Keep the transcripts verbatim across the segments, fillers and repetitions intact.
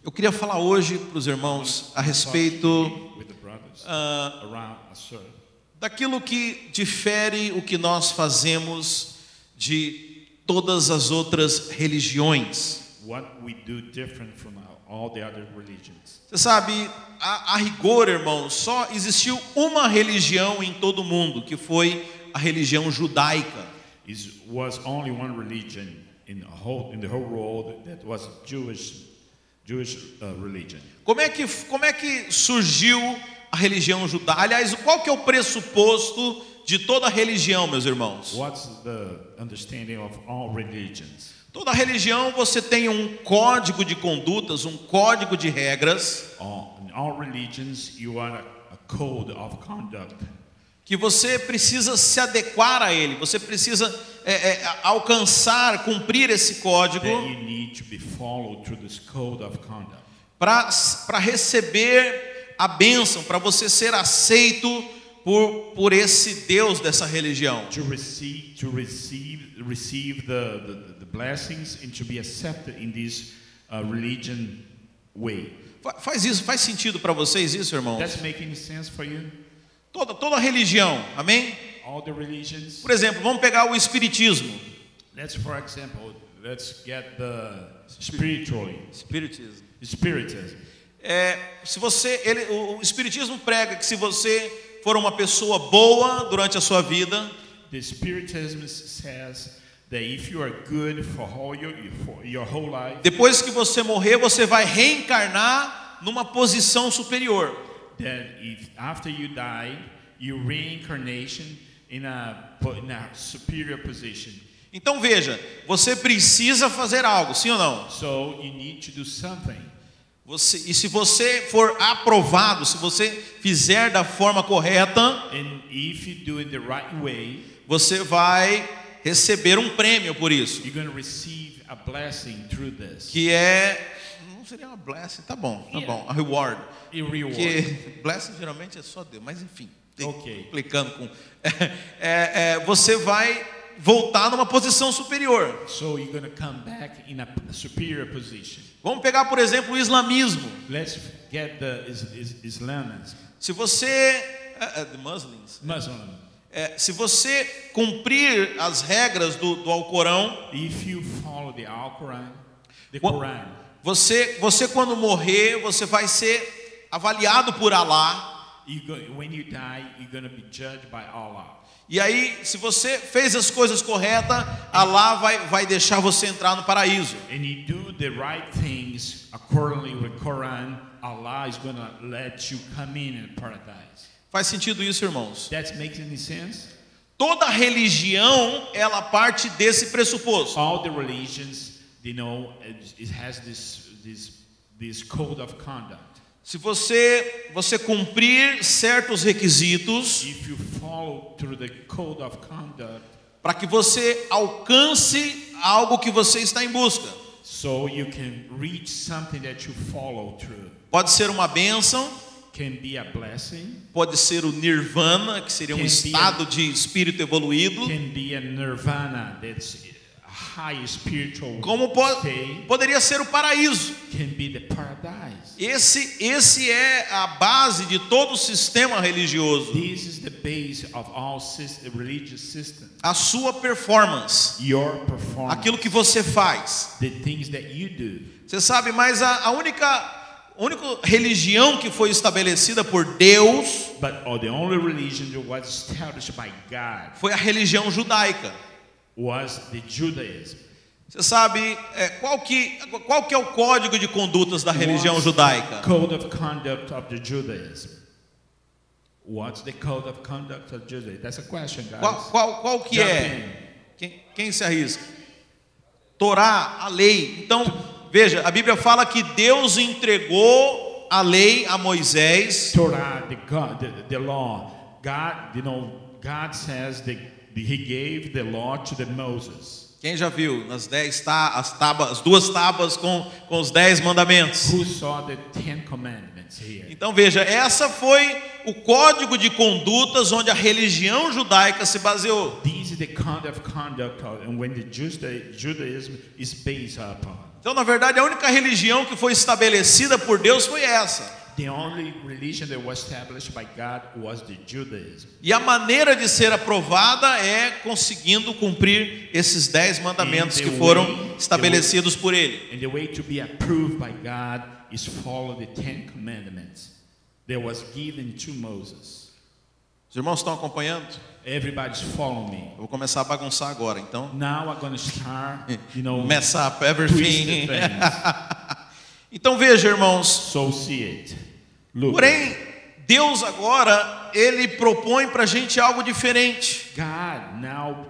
Eu queria falar hoje para os irmãos a respeito uh, daquilo que difere o que nós fazemos de todas as outras religiões. Você sabe, a, a rigor, irmãos, só existiu uma religião em todo o mundo, que foi a religião judaica. It was only one religion in the whole in the whole world that was Jewish Jewish uh, religion. Como é que como é que surgiu a religião judaica? Aliás, qual que é o pressuposto de toda religião, meus irmãos? What's the understanding of all religions? Toda religião você tem um código de condutas, um código de regras. All, in all religions you are a, a code of conduct. Que você precisa se adequar a ele, você precisa é, é, alcançar, cumprir esse código para para receber a bênção, para você ser aceito por por esse Deus dessa religião. To receive, to receive, receive the, the, the blessings and to be accepted in this uh, religion way. Faz isso, faz sentido para vocês isso, irmãos? That's making sense for you? Toda, toda religião, amém? All the religions. Por exemplo, vamos pegar o espiritismo. Let's, for example, let's get the spiritually. Spiritism. Spiritism. É, se você, ele, o, o espiritismo prega que se você for uma pessoa boa durante a sua vida, the spiritism says that if you are good for all your, for your whole life, depois que você morrer, você vai reencarnar numa posição superior. That if after you die, you reincarnation in a, in a superior position. Então veja, você precisa fazer algo, sim ou não? So you need to do something. Você, e se você for aprovado, se você fizer da forma correta, and if you do it the right way, você vai receber um prêmio por isso. You're going to receive a blessing through this. Que é, não seria uma blessing, tá bom, tá yeah. bom, a reward. A reward. Que blessing geralmente é só Deus, mas enfim, okay. Explicando com, é, é, você vai voltar numa posição superior. So you're going to come back in a superior position. Vamos pegar, por exemplo, o islamismo. Let's get the is, is, Islamism. Se você, uh, uh, the Muslims, Muslim. É, se você cumprir as regras do, do Alcorão, if you follow the Alcorão, the Quran, você, você quando morrer, você vai ser avaliado por Allah. You go, when you die, you're going to be judged by Allah. E aí, se você fez as coisas corretas, Allah vai, vai deixar você entrar no paraíso. And you do the right things accordingly with Quran, Allah is going to let you come in in paradise. Faz sentido isso, irmãos? That makes any sense? Toda religião, ela parte desse pressuposto. All the religions, you know, it has this this this code of conduct. Se você você cumprir certos requisitos, if you follow through the code of conduct, para que você alcance algo que você está em busca. So you can reach something that you follow through. Pode ser uma bênção, can be a blessing, pode ser o nirvana, que seria um estado a, de espírito evoluído. Can be a nirvana, that's high spiritual como po state. Poderia ser o paraíso. Can be the paradise. Esse, esse é a base de todo o sistema religioso. This is the base of all system, religious system. A sua performance. Your performance. Aquilo que você faz. The things that you do. Você sabe, mas a, a única, a única religião que foi estabelecida por Deus, But, oh, the only religion that was established by God, foi a religião judaica. Was the Judaism. Você sabe é, qual que qual que é o código de condutas da religião What's judaica? Code of conduct of the Judaism. What's the code of conduct of Judaism? That's a question, guys. Qual qual, qual que Jump é? Quem, quem se arrisca? Torá, a lei. Então, veja, a Bíblia fala que Deus entregou a lei a Moisés. Torah, the God, the, the law. God, you know, God says that He gave the law to the Moses. Quem já viu nas dez tá, as, tábuas, as duas tábuas com, com os dez mandamentos? Who saw the Ten Commandments here? Então veja, essa foi o código de condutas onde a religião judaica se baseou. This is the code of conduct and when the Judaism is based upon. Então, na verdade, a única religião que foi estabelecida por Deus foi essa. The only religion that was established by God was the Judaism. E a maneira de ser aprovada é conseguindo cumprir esses dez mandamentos que foram estabelecidos por Ele. And the way to be approved by God is follow the Ten Commandments that was given to Moses. Os irmãos estão acompanhando? Everybody's following me. Eu vou começar a bagunçar agora, então. Now I'm going to start, you know, mess up everything. twist the things. Então veja, irmãos. So see it. Look. Porém, Deus agora, Ele propõe para a gente algo diferente. God now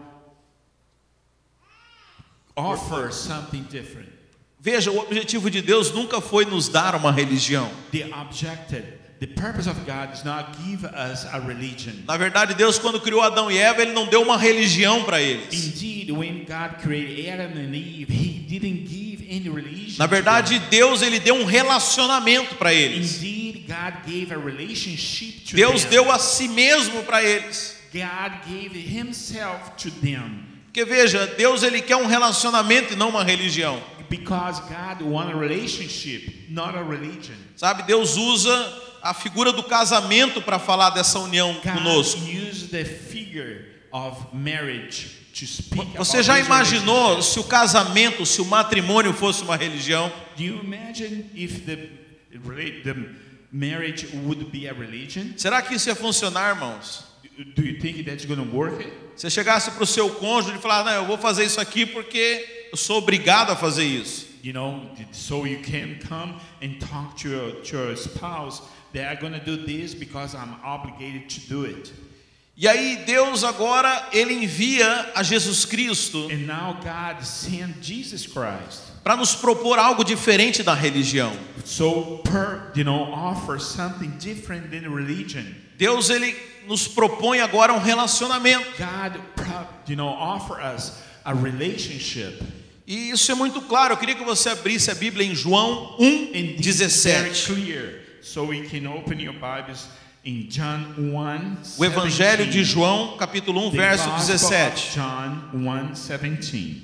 offers something different. Veja, o objetivo de Deus nunca foi nos dar uma religião. The objective, the purpose of God is not give us a religion. Na verdade, Deus, quando criou Adão e Eva, Ele não deu uma religião para eles. Indeed, when God created Adam and Eve, He didn't give any religion. Na verdade, Deus, Ele deu um relacionamento para eles. Indeed, God gave a relationship to Deus them. deu a si mesmo para eles. God gave Himself to them. Porque veja, Deus, Ele quer um relacionamento e não uma religião. Because God wants a relationship, not a religion. Sabe, Deus usa a figura do casamento para falar dessa união conosco. God used the figure of marriage to speak Você about já this imaginou relationship. se o casamento, se o matrimônio fosse uma religião? Do you imagine if the the marriage would be a religion? Será que isso ia funcionar, irmãos? Do you think that's going to work? Você chegasse para o seu cônjuge e falar, não, eu vou fazer isso aqui porque eu sou obrigado a fazer isso. You know, so you can come and talk to your, to your spouse. They are going to do this because I'm obligated to do it. E aí Deus agora, Ele envia a Jesus Cristo And now God sent Jesus Christ. Para nos propor algo diferente da religião. So, per, you know, offer something different than religion. Deus, Ele nos propõe agora um relacionamento. God, you know, offer us a relationship. E isso é muito claro. Eu queria que você abrisse a Bíblia em João um, dezessete. So we can open your Bibles in John one, o Evangelho de João, capítulo um, verso dezessete. John one, seventeen.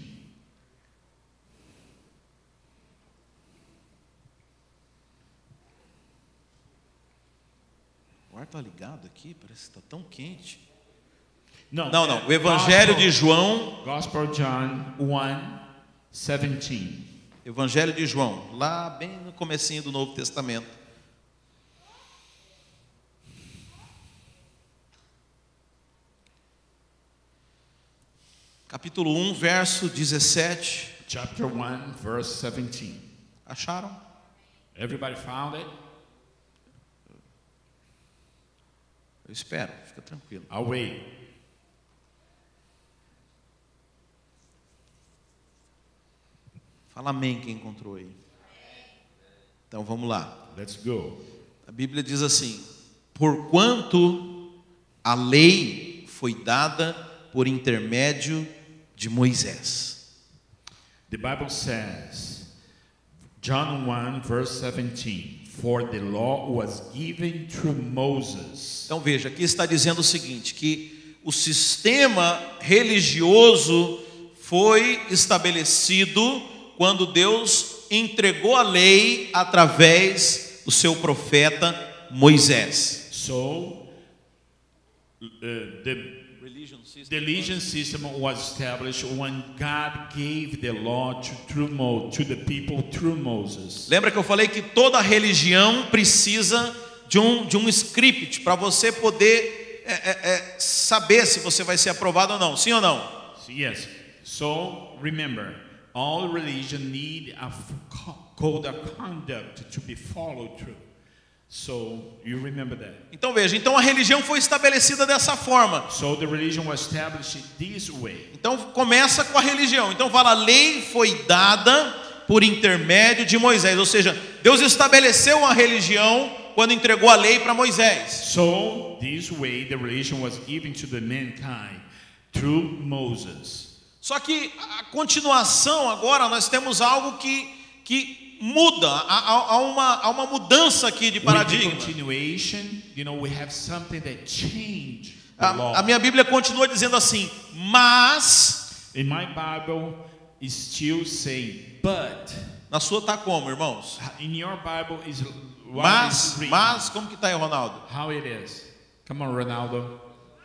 O ar está ligado aqui, parece que está tão quente. Não, não, não. O Evangelho de João. Gospel John one, seventeen. Evangelho de João, lá bem no comecinho do Novo Testamento. Capítulo um, verso dezessete. Chapter one, verse seventeen. Acharam? Everybody found it? Eu espero, fica tranquilo. I'll wait. Fala amém quem encontrou aí. Então vamos lá. Let's go. A Bíblia diz assim: porquanto a lei foi dada por intermédio de Moisés. The Bible says, John one, verse seventeen, for the law was given through Moses. Então veja, aqui está dizendo o seguinte, que o sistema religioso foi estabelecido quando Deus entregou a lei através do seu profeta Moisés. So, uh, the The religion system was established when God gave the law to, through Mo, to the people through Moses. Lembra que eu falei que toda religião precisa de um, de um script para você poder é, é, é, saber se você vai ser aprovado ou não, sim ou não? Yes. So remember, all religion need a code of conduct to be followed through. So you remember that. Então veja, então a religião foi estabelecida dessa forma. So the religion was established this way. Então começa com a religião. Então fala, a lei foi dada por intermédio de Moisés, ou seja, Deus estabeleceu a religião quando entregou a lei para Moisés. So this way the religion was given to the mankind through Moses. Só que a continuação agora nós temos algo que que muda, há, há, uma, há uma mudança aqui de paradigma. You know, we have something that changed the a, law. a minha Bíblia continua dizendo assim, mas in my Bible is still saying but. Na sua tá como, irmãos? In your Bible is what Mas, is written. mas, como que tá aí, Ronaldo? How it is. Come on, Ronaldo.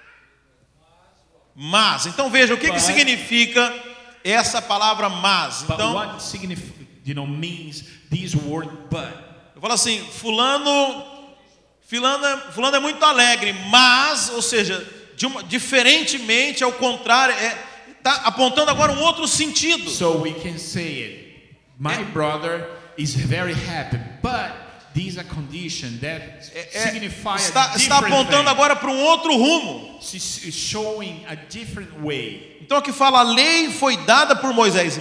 Mas, então veja, o que But, que significa essa palavra mas? But Então, what significa, you know, means this word but? eu falo assim, fulano, fulano, é, fulano é muito alegre, mas, ou seja, de uma, diferentemente, ao contrário, é, tá apontando agora um outro sentido. So we can say it. My brother is very happy, but this is a condition that É, é, signifies está, a está different apontando thing. agora para um outro rumo. She's showing a different way. Então aqui fala, a lei foi dada por Moisés,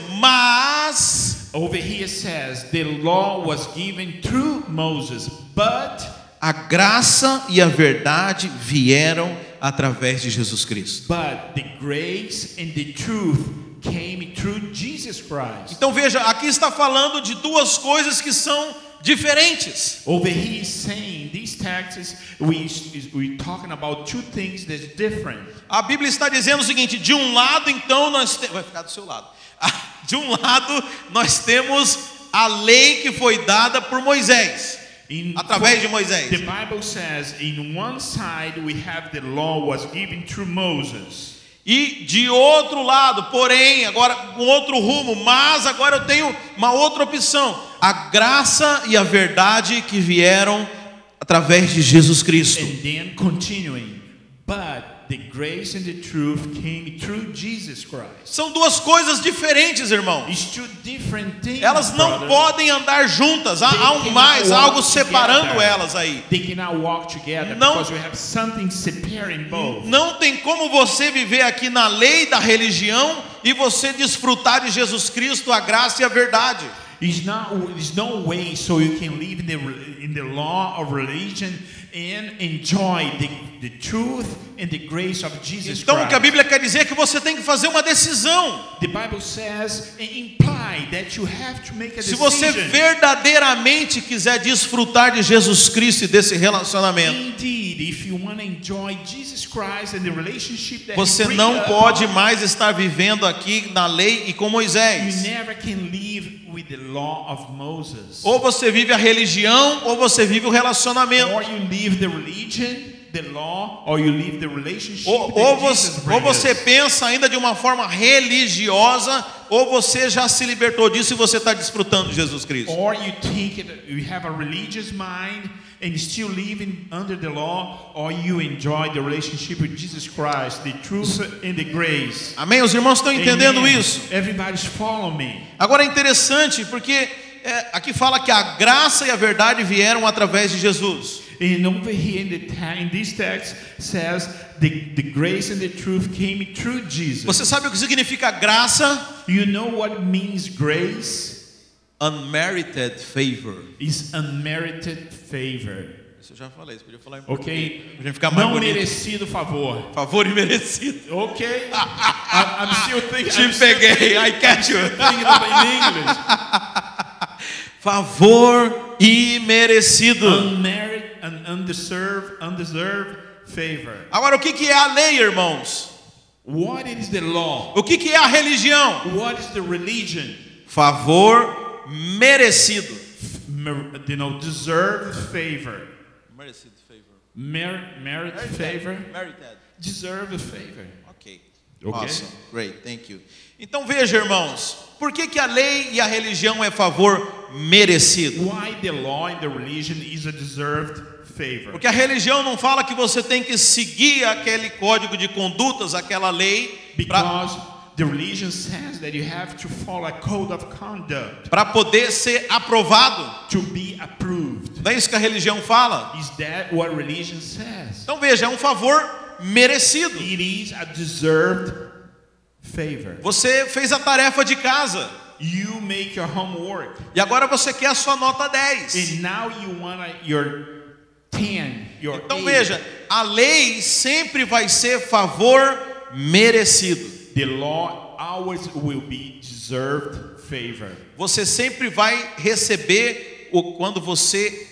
mas Over here says the law was given through Moses, but a graça e a verdade vieram através de Jesus Cristo. but the grace and the truth came through Jesus Christ. Então veja, aqui está falando de duas coisas que são diferentes. Over here is saying these texts we we talking about two things that's different. A Bíblia está dizendo o seguinte: de um lado, então nós te... vai ficar do seu lado. De um lado nós temos a lei que foi dada por Moisés, In, através de Moisés. The Bible says in one side we have the law was given through Moses. E de outro lado, porém, agora um outro rumo, mas agora eu tenho uma outra opção: a graça e a verdade que vieram através de Jesus Cristo. And then continuing, but the grace and the truth came through Jesus Christ. São duas coisas diferentes, irmão. It's two different things. Elas não brother. podem andar juntas. Há, há um mais, há algo separando elas aí. They cannot walk together Não- because we have something separating both. Não tem como você viver aqui na lei da religião e você desfrutar de Jesus Cristo, a graça e a verdade. It's not, there's no way so you can live in the, in the law of religion and enjoy the, the truth and the grace of Jesus Então o que a Christ. Bíblia quer dizer é que você tem que fazer uma decisão. The Bible says and imply that you have to make a Se decision. você verdadeiramente quiser desfrutar de Jesus Cristo e desse relacionamento, Indeed, if you want to enjoy Jesus Christ and the relationship that você he brings não up, pode mais estar vivendo aqui na lei e com you Moisés. never can live with the law of Moses. Ou você vive a religião ou você vive o relacionamento. Or you live the religion, the law, or you live the relationship Ou, that ou, Jesus você, ou brings você us. pensa ainda de uma forma religiosa, ou você já se libertou disso e você está desfrutando de Jesus Cristo. Or you think it, you have a religious mind and still living under the law, or you enjoy the relationship with Jesus Christ, the truth and the grace. Amém? Os irmãos estão entendendo Amen. isso? Everybody's follow me. Agora é interessante porque é, aqui fala que a graça e a verdade vieram através de Jesus. And over here in, the te- in this text says the, the grace and the truth came through Jesus. Você sabe o que significa graça? You know what means grace? Unmerited favor. Is unmerited favor. Isso eu já falei, você podia falar em Ok? português, pra gente ficar mais Não bonito. merecido favor. Favor imerecido. Ok? I, I'm still thinking. Te I'm still peguei, thinking- I catch you. thinking of it in English. Favor imerecido. Unmerited, un, undeserved, undeserved favor. Agora o que que é a lei, irmãos? What is the law? O que que é a religião? What is the religion? Favor merecido. Mer, you know, deserved favor. Merecido favor. Mer, merit favor. Merited. Deserved favor. Ok. Ok. Awesome. Great. Thank you. Então veja, irmãos, por que que a lei e a religião é favor merecido? Why the law and the religion is a deserved favor? Porque a religião não fala que você tem que seguir aquele código de condutas, aquela lei, Because the religion says that you have to follow a code of conduct para poder ser aprovado. to be approved. Não é isso que a religião fala? Is that what religion says? Então veja, é um favor merecido. It is a deserved favor. Você fez a tarefa de casa You make your homework, e agora você quer a sua nota dez. and now you want a, your ten, your Então eight. veja, a lei sempre vai ser favor merecido. The law always will be deserved favor. Você sempre vai receber o quando você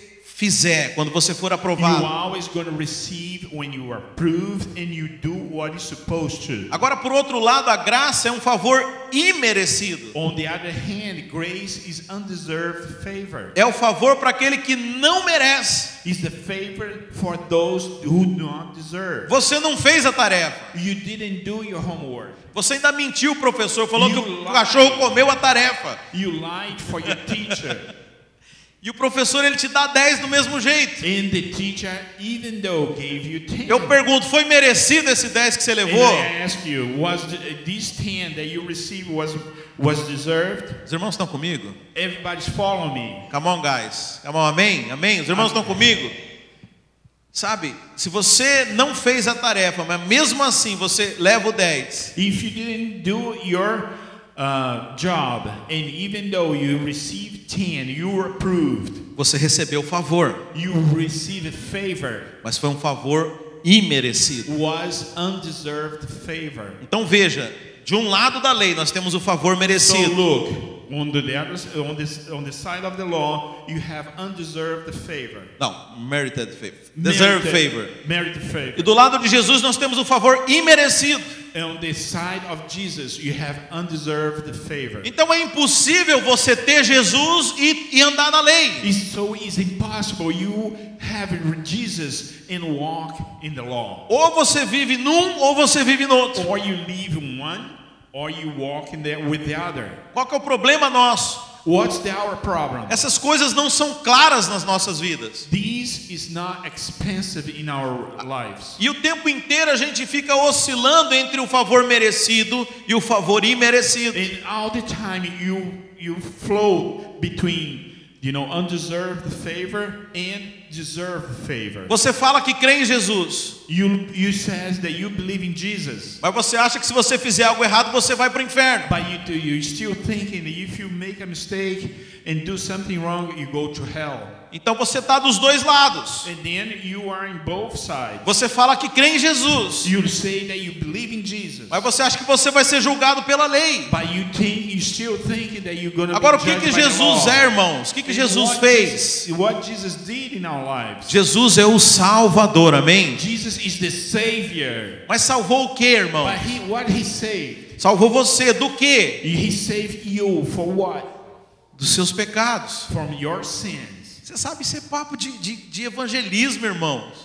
fizer, quando você for you aprovado. always going to receive when you are approved and you do what you're supposed to. Agora, por outro lado, a graça é um favor imerecido. On the other hand, grace is undeserved favor. É o favor para aquele que não merece. It's the favor for those who do not deserve. Você não fez a tarefa. You didn't do your homework. Você ainda mentiu, professor, falou You que o lied. cachorro comeu a tarefa. You lied for your teacher. E o professor, ele te dá dez do mesmo jeito. And the teacher, even though gave you ten. Eu pergunto, foi merecido esse dez que você And levou? I ask you, was the, this ten that you received was was deserved? Os irmãos estão comigo? Everybody's following me. Come on, guys. Come on, amém? Amém? Os irmãos estão comigo? Sabe, se você não fez a tarefa, mas mesmo assim você leva o dez. If you didn't do your uh, job, and even though you received ten, you were approved. Você recebeu favor, You received a favor. mas foi um favor imerecido. Was undeserved favor. Então veja, de um lado da lei nós temos o favor So merecido. look, on the other, on this, on the side of the law, you have undeserved favor. Não, merited favor. Deserved favor. Merited favor. E do lado de Jesus nós temos o favor imerecido. And on the side of Jesus, you have undeserved favor. Então é impossível você ter Jesus e, e andar na lei. It's so it's impossible you have Jesus and walk in the law. Ou você vive num ou você vive no outro. Or you live in one, or you walk in there with the other. Qual que é o problema nosso? What's the, our problem? Essas coisas não são claras nas nossas vidas. This is not expensive in our lives. E o tempo inteiro a gente fica oscilando entre o favor merecido e o favor imerecido. And all the time you you flow between, you know, undeserved favor and deserved favor. Você fala que crê em Jesus, You you says that you believe in Jesus. mas você acha que se você fizer algo errado você vai para o inferno. But you do, you're still thinking that if you make a mistake and do something wrong, you go to hell. Então você está dos dois lados. And then you are in both sides. Você fala que crê em Jesus, You say that you believe in Jesus. mas você acha que você vai ser julgado pela lei. But you think you still thinking that you're going to Agora be o que judged que by the Jesus law. é, irmãos? O que que And Jesus what fez? Jesus- What Jesus did in our lives. Jesus é o Salvador, amém? Jesus is the Savior. Mas salvou o que, irmão? But he, what he saved? Salvou você do quê? He saved you for what? Dos seus pecados. From your sins. Você sabe, isso é papo de, de, de evangelismo, irmãos.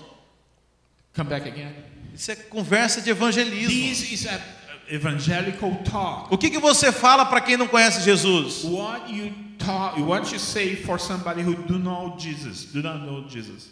Come back again. Isso é conversa de evangelismo. This is a evangelical talk. O que que você fala para quem não conhece Jesus? What you talk, what you say for somebody who do know Jesus, do not know Jesus.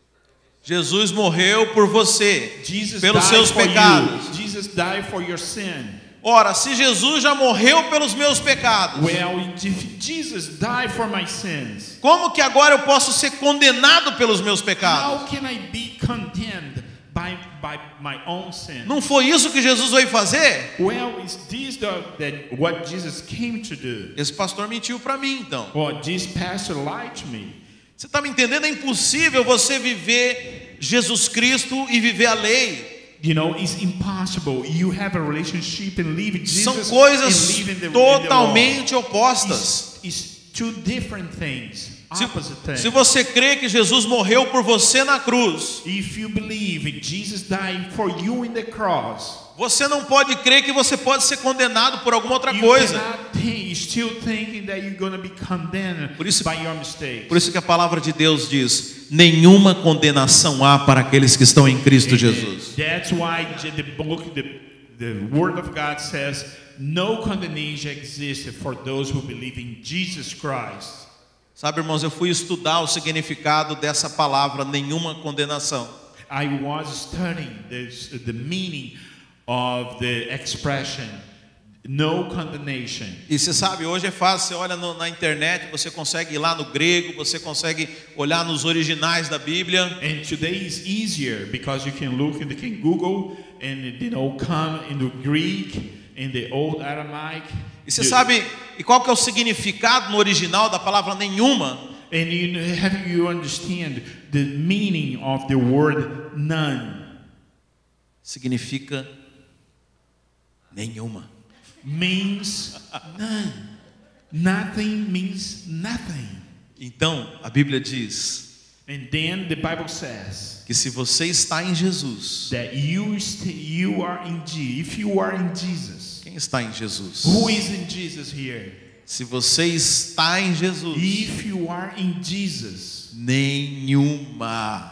Jesus morreu por você, Jesus pelos died seus for pecados. you. Jesus died for your sin. Ora, se Jesus já morreu pelos meus pecados, Well, if Jesus died for my sins, como que agora eu posso ser condenado pelos meus pecados? how can I be condemned by by my own sin? Não foi isso que Jesus veio fazer? Well, is this the, that what Jesus came to do? Esse pastor mentiu para mim, então. Well, this pastor lied to me. Você está me entendendo? É impossível você viver Jesus Cristo e viver a lei. You know, it's impossible. You have a relationship and live Jesus São coisas and live in the, totalmente in the law. opostas. It's, it's two different things. Se, Opposite things. se você crê que Jesus morreu por você na cruz, If you believe Jesus died for you in the cross, você não pode crer que você pode ser condenado por alguma outra you coisa. cannot think, you're still thinking that you're going to be condemned Por isso- by your mistakes. Por isso que a palavra de Deus diz: nenhuma condenação há para aqueles que estão em Cristo Jesus. That's why the book, the, the Word of God says, no condemnation exists for those who believe in Jesus Christ. Sabe, irmãos, eu fui estudar o significado dessa palavra, nenhuma condenação. I was studying this, the meaning of the expression, no condemnation. E você sabe, hoje é fácil, você olha no, na internet, você consegue ir lá no grego, você consegue olhar nos originais da Bíblia. And today is easier because you can look and you can Google and you know come in the Greek, in the old Aramaic. E você sabe, e qual que é o significado no original da palavra nenhuma? And you have you understand the meaning of the word none? Significa nenhuma. Means none. Nothing means nothing. Então, a Bíblia diz: And then the Bible says que se você está em Jesus, that you you are in Jesus. If you are in Jesus, quem está em Jesus? Who is in Jesus here? Se você está em Jesus, If you are in Jesus, nenhuma,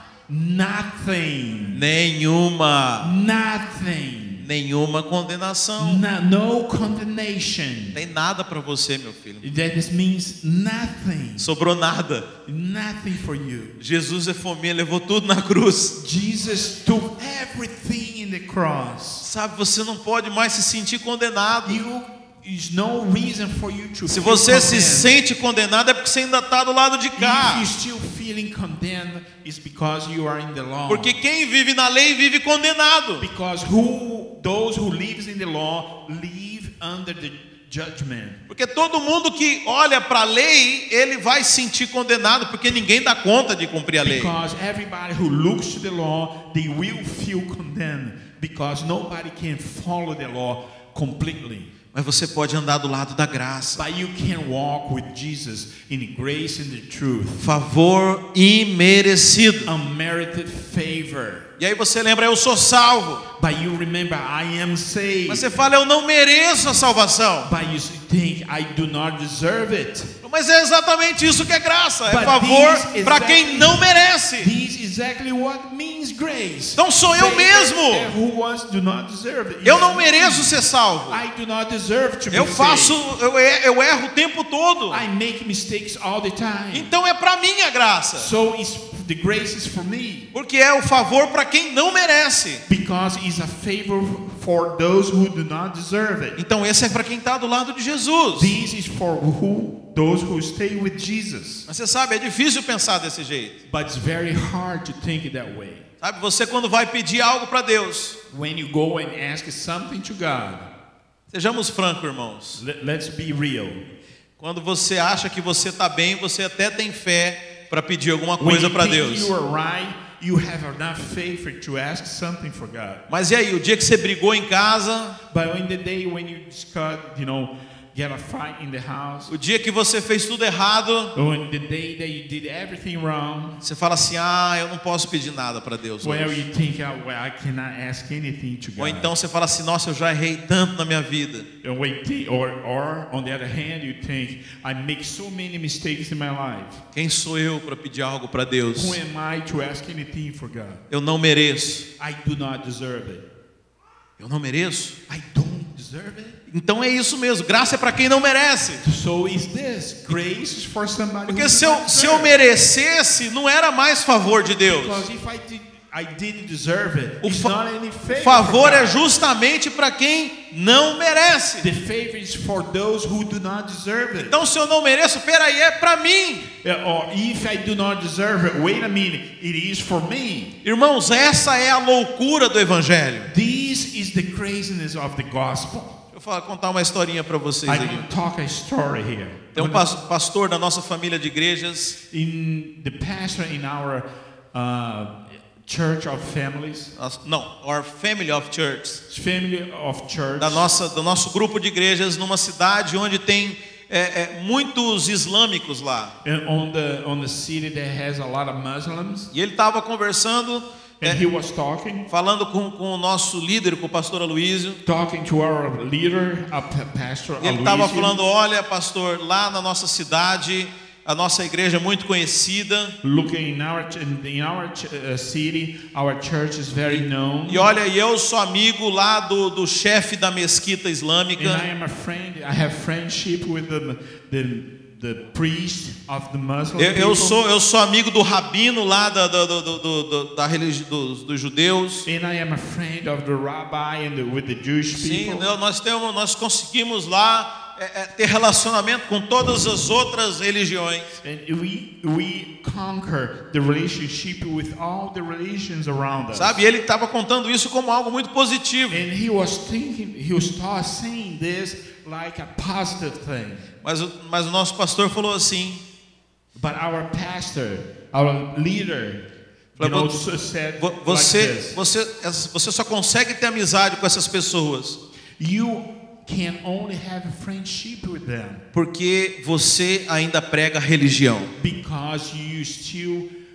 nothing, nenhuma, nothing, nenhuma condenação. no, no condemnation. Tem nada para você, meu filho. That means nothing. Sobrou nada. Nothing for you. Jesus é fominha, levou tudo na cruz. Jesus took everything in the cross. Sabe, você não pode mais se sentir condenado. You is no reason for you to Se feel você se condemned. sente condenado é porque você ainda está do lado de cá. If you're still feeling condemned, it's because you are in the law. Porque quem vive na lei vive condenado. Because who those who lives in the law live under the judgment. Porque todo mundo que olha para a lei, ele vai se sentir condenado, porque ninguém dá conta de cumprir a lei. Because everybody who looks to the law, they will feel condemned because nobody can follow the law completely. Mas você pode andar do lado da graça. But you can walk with Jesus in grace and the truth. Favor imerecido. Unmerited favor. E aí você lembra, eu sou salvo. But you remember, I am saved. Mas você fala, eu não mereço a salvação. But you think, I do not deserve it. Mas é exatamente isso que é graça. É But favor this para exactly- quem não merece. This is exactly what means grace. Então sou eu Favor mesmo. and who ones do not deserve it. Eu não mereço ser salvo. I do not deserve to be Eu faço, saved. eu er- eu erro o tempo todo. I make mistakes all the time. Então é para mim a graça. So it's, the grace is for me. Porque é o favor para quem não merece. Because it's a favor for those who do not deserve it. Então esse é para quem está do lado de Jesus. This is for who those who stay with Jesus. Mas você sabe, é difícil pensar desse jeito. But it's very hard to think it that way. Sabe, você quando vai pedir algo para Deus, When you go and ask something to God, sejamos francos, irmãos. let, let's be real. Quando você acha que você está bem, você até tem fé para pedir alguma When coisa you para think Deus. you are right, you have enough faith to ask something for God. Mas e aí, o dia que você brigou em casa, But in the day when you discuss, you know, get a fight in the house, o dia que você fez tudo errado, or in the day that you did everything wrong, você fala assim, ah, eu não posso pedir nada para Deus well, hoje. you think, oh, well, I cannot ask anything to Ou God. então você fala assim, nossa, eu já errei tanto na minha vida. And wait, thi- or, or on the other hand, you think, I make so many mistakes in my life. Quem sou eu para pedir algo para Deus? Who am I to ask anything for God? Eu não mereço. I do not deserve it. Eu não mereço? I don't deserve it. Então é isso mesmo, graça é para quem não merece. So is this grace is for somebody Porque who se does eu, not se eu deserve. merecesse, não era mais favor de Deus. Because if I did, I didn't deserve it. O It's fa- not any favor. favor for é God. justamente para quem não merece. The favor is for those who do not deserve it. Então se eu não mereço, peraí, é para mim. Yeah, or if I do not deserve it, wait a minute, it is for me. Irmãos, essa é a loucura do Evangelho. This is the craziness of the gospel. Deixa eu falar, contar uma historinha para vocês I aqui. can talk a story here. Tem um pas- pastor da nossa família de igrejas, In the pastor in our uh, church of families, nós- não, our family of church, family of church, da nossa, do nosso grupo de igrejas numa cidade onde tem é, é, muitos islâmicos lá. and on the on the city that has a lot of Muslims, E ele estava conversando, and é, he was talking, falando com, com o nosso líder, com o pastor Aloísio. talking to our leader, uh, Pastor E ele estava Aloysio, falando, olha, pastor, lá na nossa cidade, a nossa igreja é muito conhecida. looking in our ch- in our ch- uh, city, our church is very known. E olha, e eu sou amigo lá do, do chefe da mesquita And islâmica. I am a friend. I have friendship with the the, the priest of the Muslim Eu, eu people. sou eu sou amigo do rabino lá da, do, do, do, do, da religi dos, dos judeus. And I am a friend of the rabbi and the, with the Jewish Sim, people. eu- nós temos, nós conseguimos lá é, é, ter relacionamento com todas as outras religiões. And we we conquer the relationship with all the religions around us. Sabe? E ele estava contando isso como algo muito positivo. And he was thinking, he was ta- saying this like a positive thing. Mas, o- mas o nosso pastor falou assim: But our pastor, our leader, you Falou, know, so said vo- like você, this. você, você só consegue ter amizade com essas pessoas You can only have a friendship with them porque você ainda prega religião. because you still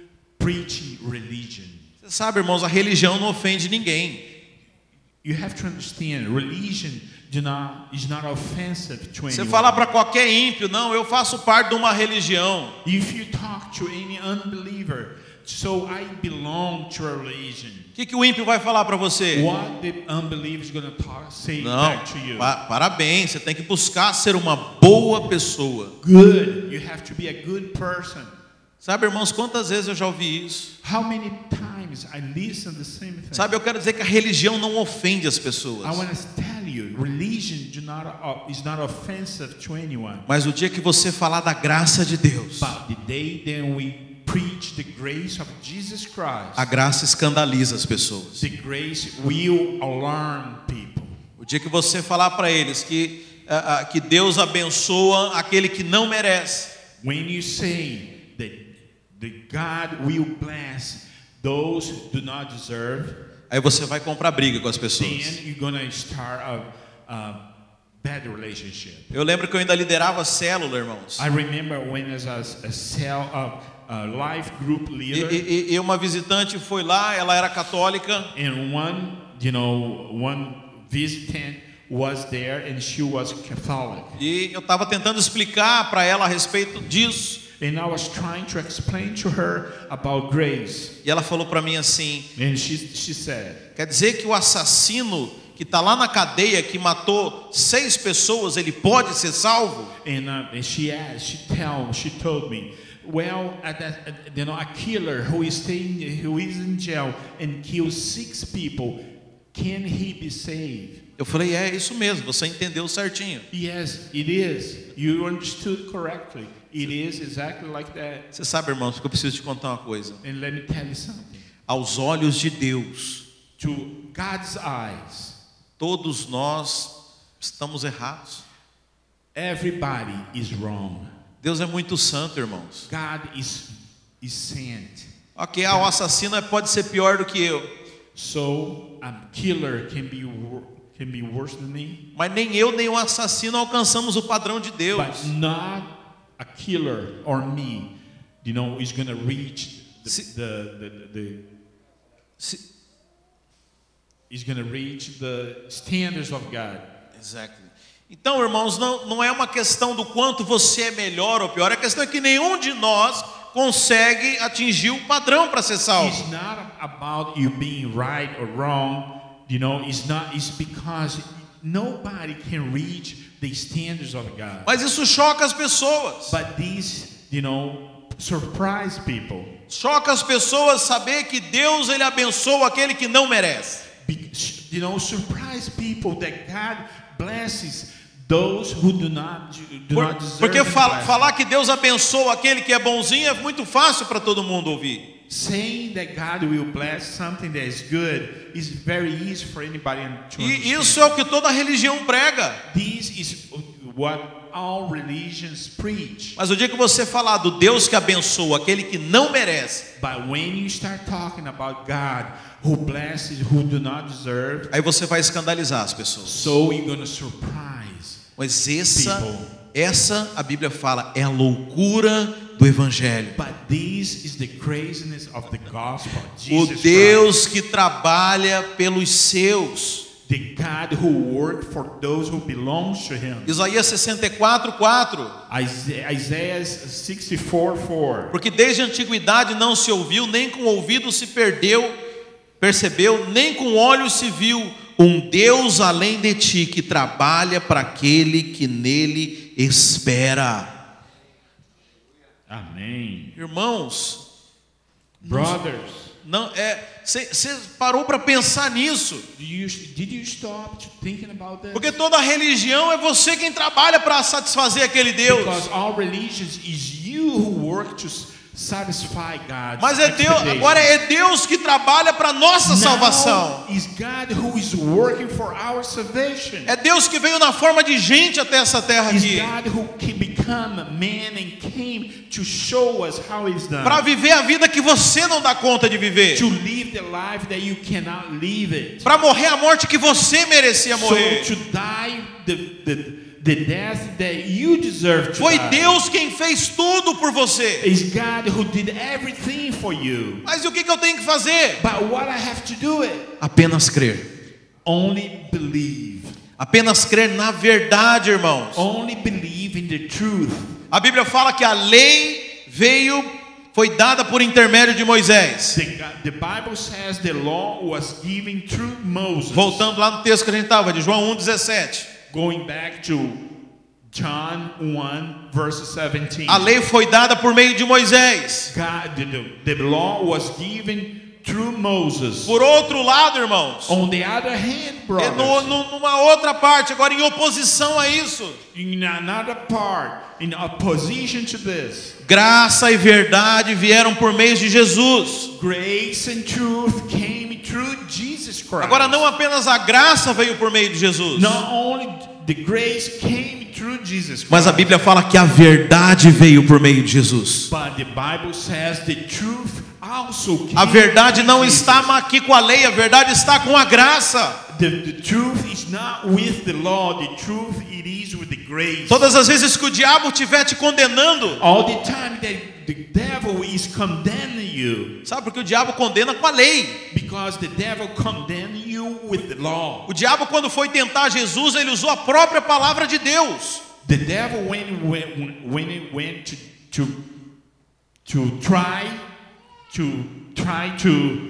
preaching religion. Você sabe, irmãos, a religião não ofende ninguém. You have to understand, religion do not, is not offensive to anyone. Você falar para qualquer ímpio, não, eu faço parte de uma religião. If you talk to any unbeliever, so I belong to a religion. O que, que o ímpio vai falar para você? What the unbeliever is going to talk, say Não, back to you? pa parabéns, você tem que buscar ser uma boa pessoa. Good. You have to be a good person. Sabe, irmãos, quantas vezes eu já ouvi isso? How many times I listen the same thing? Sabe, eu quero dizer que a religião não ofende as pessoas. I want to tell you, religion do not, uh, is not offensive to anyone. Mas o dia que você falar da graça de Deus, But the day then we preach the grace of Jesus Christ, a graça escandaliza as pessoas. the grace will alarm people. O dia que você falar para eles que, uh, uh, que Deus abençoa aquele que não merece, When you say that the God will bless those who do not deserve, aí você vai comprar briga com as then pessoas. you're gonna start a, a bad relationship. Eu lembro que eu ainda liderava célula, irmãos. I remember when as a, a cell of a life group E, leader, e, e uma visitante foi lá, ela era católica. and one, you know, one visitant was there, and she was Catholic. E eu estava tentando explicar para ela a respeito disso. And I was trying to explain to her about grace, E ela falou para mim assim: and she she said, quer dizer que o assassino que está lá na cadeia, que matou seis pessoas, ele pode ser salvo? and, uh, and she asked, she tell, she told me, well, at that, at, you know, a killer who is staying, who is in jail and kills six people, can he be saved? Eu falei, é isso mesmo, você entendeu certinho. Yes, it is. You understood correctly. It is exactly like that. Você sabe, irmãos, que eu preciso te contar uma coisa. And let me tell you something. Aos olhos de Deus, To God's eyes, todos nós estamos errados. everybody is wrong. Deus é muito santo, irmãos. God is is sent. Ok, ah, o assassino pode ser pior do que eu. So a killer can be wor- can be worse than me, Mas nem eu nem o assassino alcançamos o padrão de Deus. but not a killer or me, you know, is going to reach the, Se- the, the, the, the Se- is going to reach the standards of God. Exactly. Então, irmãos, não, não é uma questão do quanto você é melhor ou pior. A questão é que nenhum de nós consegue atingir o padrão para ser salvo. It's not about you being right or wrong, you know, it's not, it's because nobody can reach the standards of God. Mas isso choca as pessoas. But these, you know, surprise people. Choca as pessoas saber que Deus ele abençoa aquele que não merece. Be- You know, surprise people that God blesses those who do not do Por- not deserve. Porque the fala, blessing. falar que Deus abençoa aquele que é bonzinho é muito fácil para todo mundo ouvir. Saying that God will bless something that is good is very easy for anybody to E understand. isso é o que toda religião prega. This is what all religions preach. Mas o dia que você falar do Deus que abençoa aquele que não merece, But when you start talking about God who blesses who do not deserve, aí você vai escandalizar as pessoas. so you're going to surprise. Mas essa, People. essa a Bíblia fala, é a loucura do Evangelho. But this is the craziness of the gospel. O Jesus Deus que trabalha pelos seus. Christ, the God who worked for those who belongs to Him. Isaías sessenta e quatro, quatro. Isaiah, Isaiah sixty-four four. Porque desde a antiguidade não se ouviu, nem com o ouvido se perdeu, percebeu, nem com olhos se viu um Deus além de ti que trabalha para aquele que nele espera. Amen. Irmãos, Brothers, não é, você parou para pensar nisso? do you, did you stop to thinking about that? Porque toda religião é você quem trabalha para satisfazer aquele Deus. Because all religions is you who work to s- satisfy God's Mas é Deus, expectations. agora é Deus que trabalha para nossa salvação. Now is God who is working for our salvation. É Deus que veio na forma de gente até essa terra Is aqui, God who can become man and came to show us how it's done. para viver a vida que você não dá conta de viver, To live the life that you cannot live it. para morrer a morte que você merecia morrer. So to die the, the, the death that you deserve to Foi die. Deus quem fez tudo por você. It's God who did everything for you. Mas e o que que eu tenho que fazer? But what I have to do it? Apenas crer. Only believe. Apenas crer na verdade, irmãos. Only believe in the truth. A Bíblia fala que a lei veio, foi dada por intermédio de Moisés. The, the Bible says the law was given through Moses. Voltando lá no texto que a gente estava, de João um, dezessete. Going back to John one, verse seventeen. A lei foi dada por meio de Moisés. God, the, the law was given through Moses. Por outro lado, irmãos, On the other hand, brothers, no, no, numa outra parte, agora em oposição a isso, in another part, in opposition to this, graça e verdade vieram por meio de Jesus. grace and truth came through Jesus Christ. Agora não apenas a graça veio por meio de Jesus, Not only the grace came through Jesus Christ, mas a Bíblia fala que a verdade veio por meio de Jesus. but the Bible says the truth also came A verdade through não Jesus. está aqui com a lei, a verdade está com a graça. The, the truth is not with the law, the truth it is with the grace. Todas as vezes que o diabo estiver te condenando, All the time that the devil is condemning you, sabe, porque o diabo condena com a lei. because the devil condemns you with the law. O diabo, quando foi tentar Jesus, ele usou a própria palavra de Deus. The devil when when when it went to to to try to try to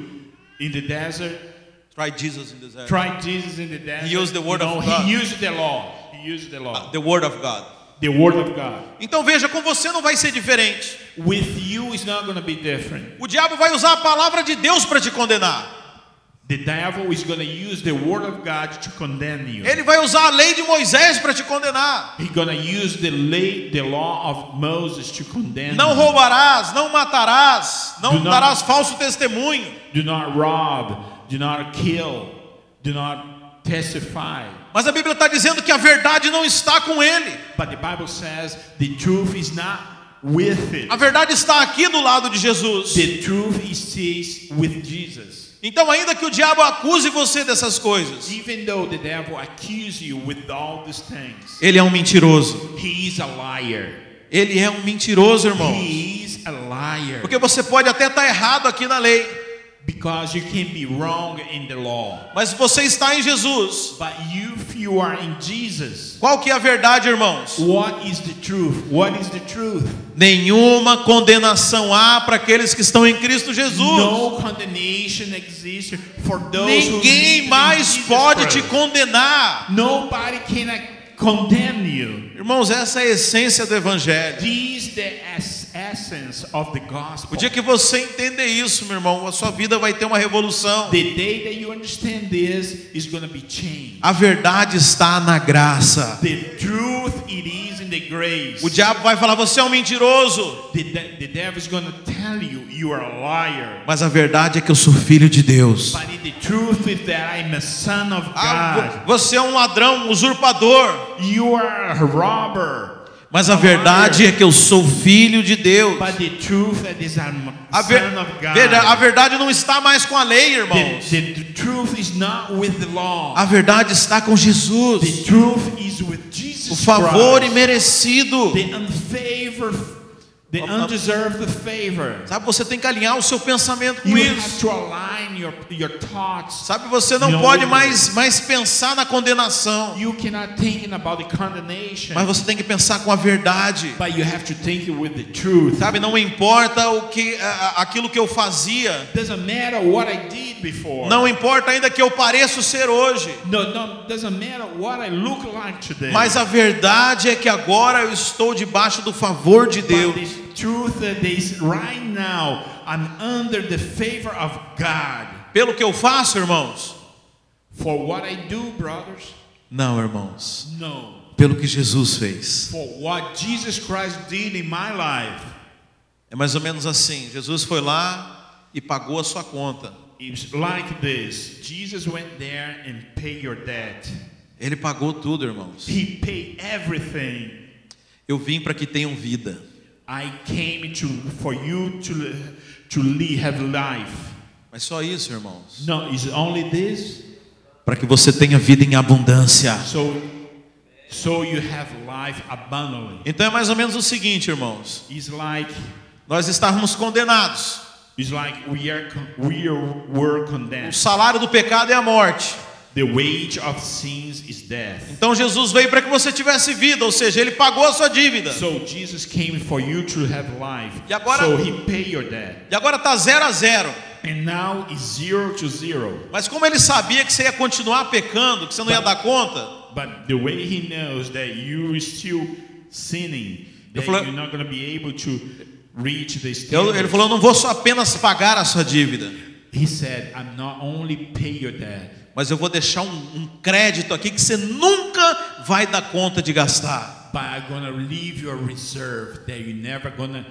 in the desert, Try Jesus in the desert. try Jesus in the desert. He used the word you know, of God. He used the law. He used the law. The word of God. The word of God. Então veja, com você não vai ser diferente. With you it's not going to be different. O diabo vai usar a palavra de Deus para te condenar. The devil is going to use the word of God to condemn you. Ele vai usar a lei de Moisés para te condenar. He's going to use the lay, the law of Moses to condemn Não you. roubarás, não matarás, não Do not- darás falso testemunho. Do not rob, do not kill, do not testify. Mas a Bíblia está dizendo que a verdade não está com ele. But the Bible says the truth is not with it. A verdade está aqui do lado de Jesus. The truth is stays with Jesus. Então, ainda que o diabo acuse você dessas coisas, Even though the devil accuse you with all these things, ele é um mentiroso. he is a liar. Ele é um mentiroso, irmão. He is a liar. Porque você pode até estar errado aqui na lei, Because you can be wrong in the law. mas você está em Jesus. But you, if you are in Jesus, Qual que é a verdade, irmãos? what is the truth? What is the truth? Nenhuma condenação há para aqueles que estão em Cristo Jesus. No condemnation exists for those who Ninguém live in mais Jesus pode te Christ. condenar. Nobody can condemn you. Irmãos, essa é a essência do Evangelho. This is the es- essence of the O gospel. dia que você entender isso, meu irmão, a sua vida vai ter uma revolução. The day that you understand this is going to be changed. A verdade está na graça. The truth it is in the grace. O diabo vai falar, você é um mentiroso. The, the, the devil is going to tell you you are a liar. Mas a verdade é que eu sou filho de Deus. But the truth is that I'm a son of Ah, God. vo- você é um ladrão, um usurpador. You are a robber. Mas a verdade é que eu sou filho de Deus. But the truth that is I'm A, a ver- son of God. veja, a verdade não está mais com a lei, The, irmãos. the, the truth is not with the law. A verdade está com The Jesus. truth is with Jesus O favor Christ. imerecido. The unfavored, the undeserved favor. Sabe, você tem que alinhar o seu pensamento com You have isso. to align your, your thoughts. Sabe, você não No. pode mais, mais pensar na condenação. You cannot think about the condemnation, Mas você tem que pensar com a verdade. but you have to think with the truth. Sabe, não importa o que, a- a- aquilo que eu fazia. Doesn't matter what I did before. Não importa ainda que eu pareço ser hoje. No, no, doesn't matter what I look like today. Mas a verdade é que agora eu estou debaixo do favor de But Deus. the truth is right now I'm under the favor of God. Pelo que eu faço, irmãos? For what I do, brothers? Não, irmãos. No. Pelo que Jesus fez. For what Jesus Christ did in my life. É mais ou menos assim. Jesus foi lá e pagou a sua conta. It's like this. Jesus went there and paid your debt. Ele pagou tudo, irmãos. He paid everything. Eu vim para que tenham vida. I came to for you to to live, have life. Mas só isso, irmãos. No, it's only this. Para que você tenha vida em abundância. So So you have life abundantly. Então é mais ou menos o seguinte, irmãos. It's like Nós estávamos condenados. it's like we are we were O condemned. salário do pecado é a morte. The wage of sins is death. Então Jesus veio para que você tivesse vida, ou seja, ele pagou a sua dívida. So Jesus came for you to have life. E agora- So he paid your debt. E agora está zero a zero. And now it's zero to zero. Mas como ele sabia que você ia continuar pecando, que você não ia dar conta, But the way he knows that you are still sinning, that falei- you're not going to be able to reach the eu, standard. ele falou: eu não vou só apenas pagar a sua dívida, He said, I'm not only pay your debt, mas eu vou deixar um, um crédito aqui que você nunca vai dar conta de gastar. but I'm going to leave your reserve that you're never going to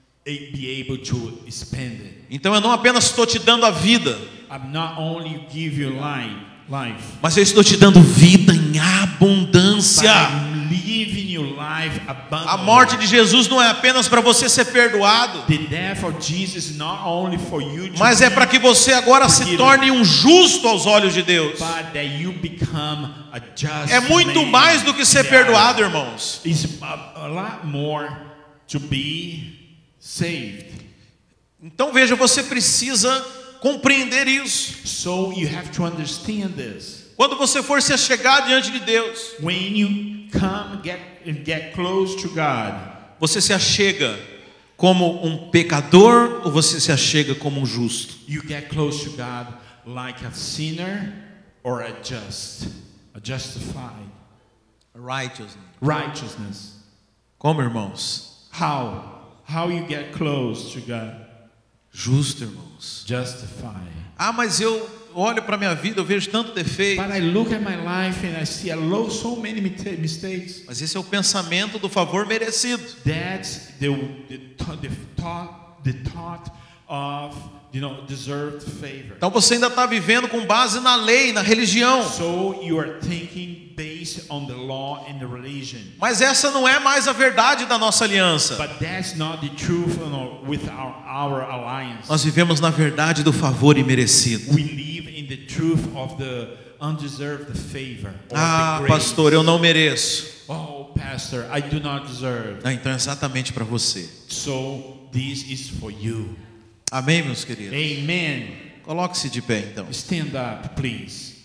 be able to spend it. Então eu não apenas estou te dando a vida, I'm not only give you life, life, mas eu estou te dando vida em but abundância. I'm living your life abundantly. A morte de Jesus não é apenas para você ser perdoado, The death of Jesus is not only for you to mas é be para que você agora se forgiven, torne um justo aos olhos de Deus. but that you become a just É muito man mais do que ser in the eyes. perdoado, irmãos. It's a, a lot more to be saved. Então veja, você precisa compreender isso. So you have to understand this. Quando você for se achegar diante de Deus, When you come get and get close to God, você se achega como um pecador ou você se achega como um justo? you get close to God like a sinner or a just, a justified Righteousness. righteousness. Como, irmãos? How? How you get close to God? Justo, irmãos. Justified. Ah, mas eu olho para minha vida, eu vejo tanto defeito. But I look at my life and I see I lost so many mita- mistakes. Mas esse é o pensamento do favor merecido. That's the the, th- the thought the thought of you know deserved favor. Então você ainda está vivendo com base na lei, na religião. So you are thinking based on the law and the religion. Mas essa não é mais a verdade da nossa aliança. But that's not the truth you know, with our, our alliance. Nós vivemos na verdade do favor imerecido. We live in the truth of the undeserved favor. Or Ah, the grace. pastor, eu não mereço. Oh, pastor, I do not deserve. Ah, então é exatamente para você. So this is for you. Amém, meus queridos? Amen. Coloque-se de pé, então. Stand up, please.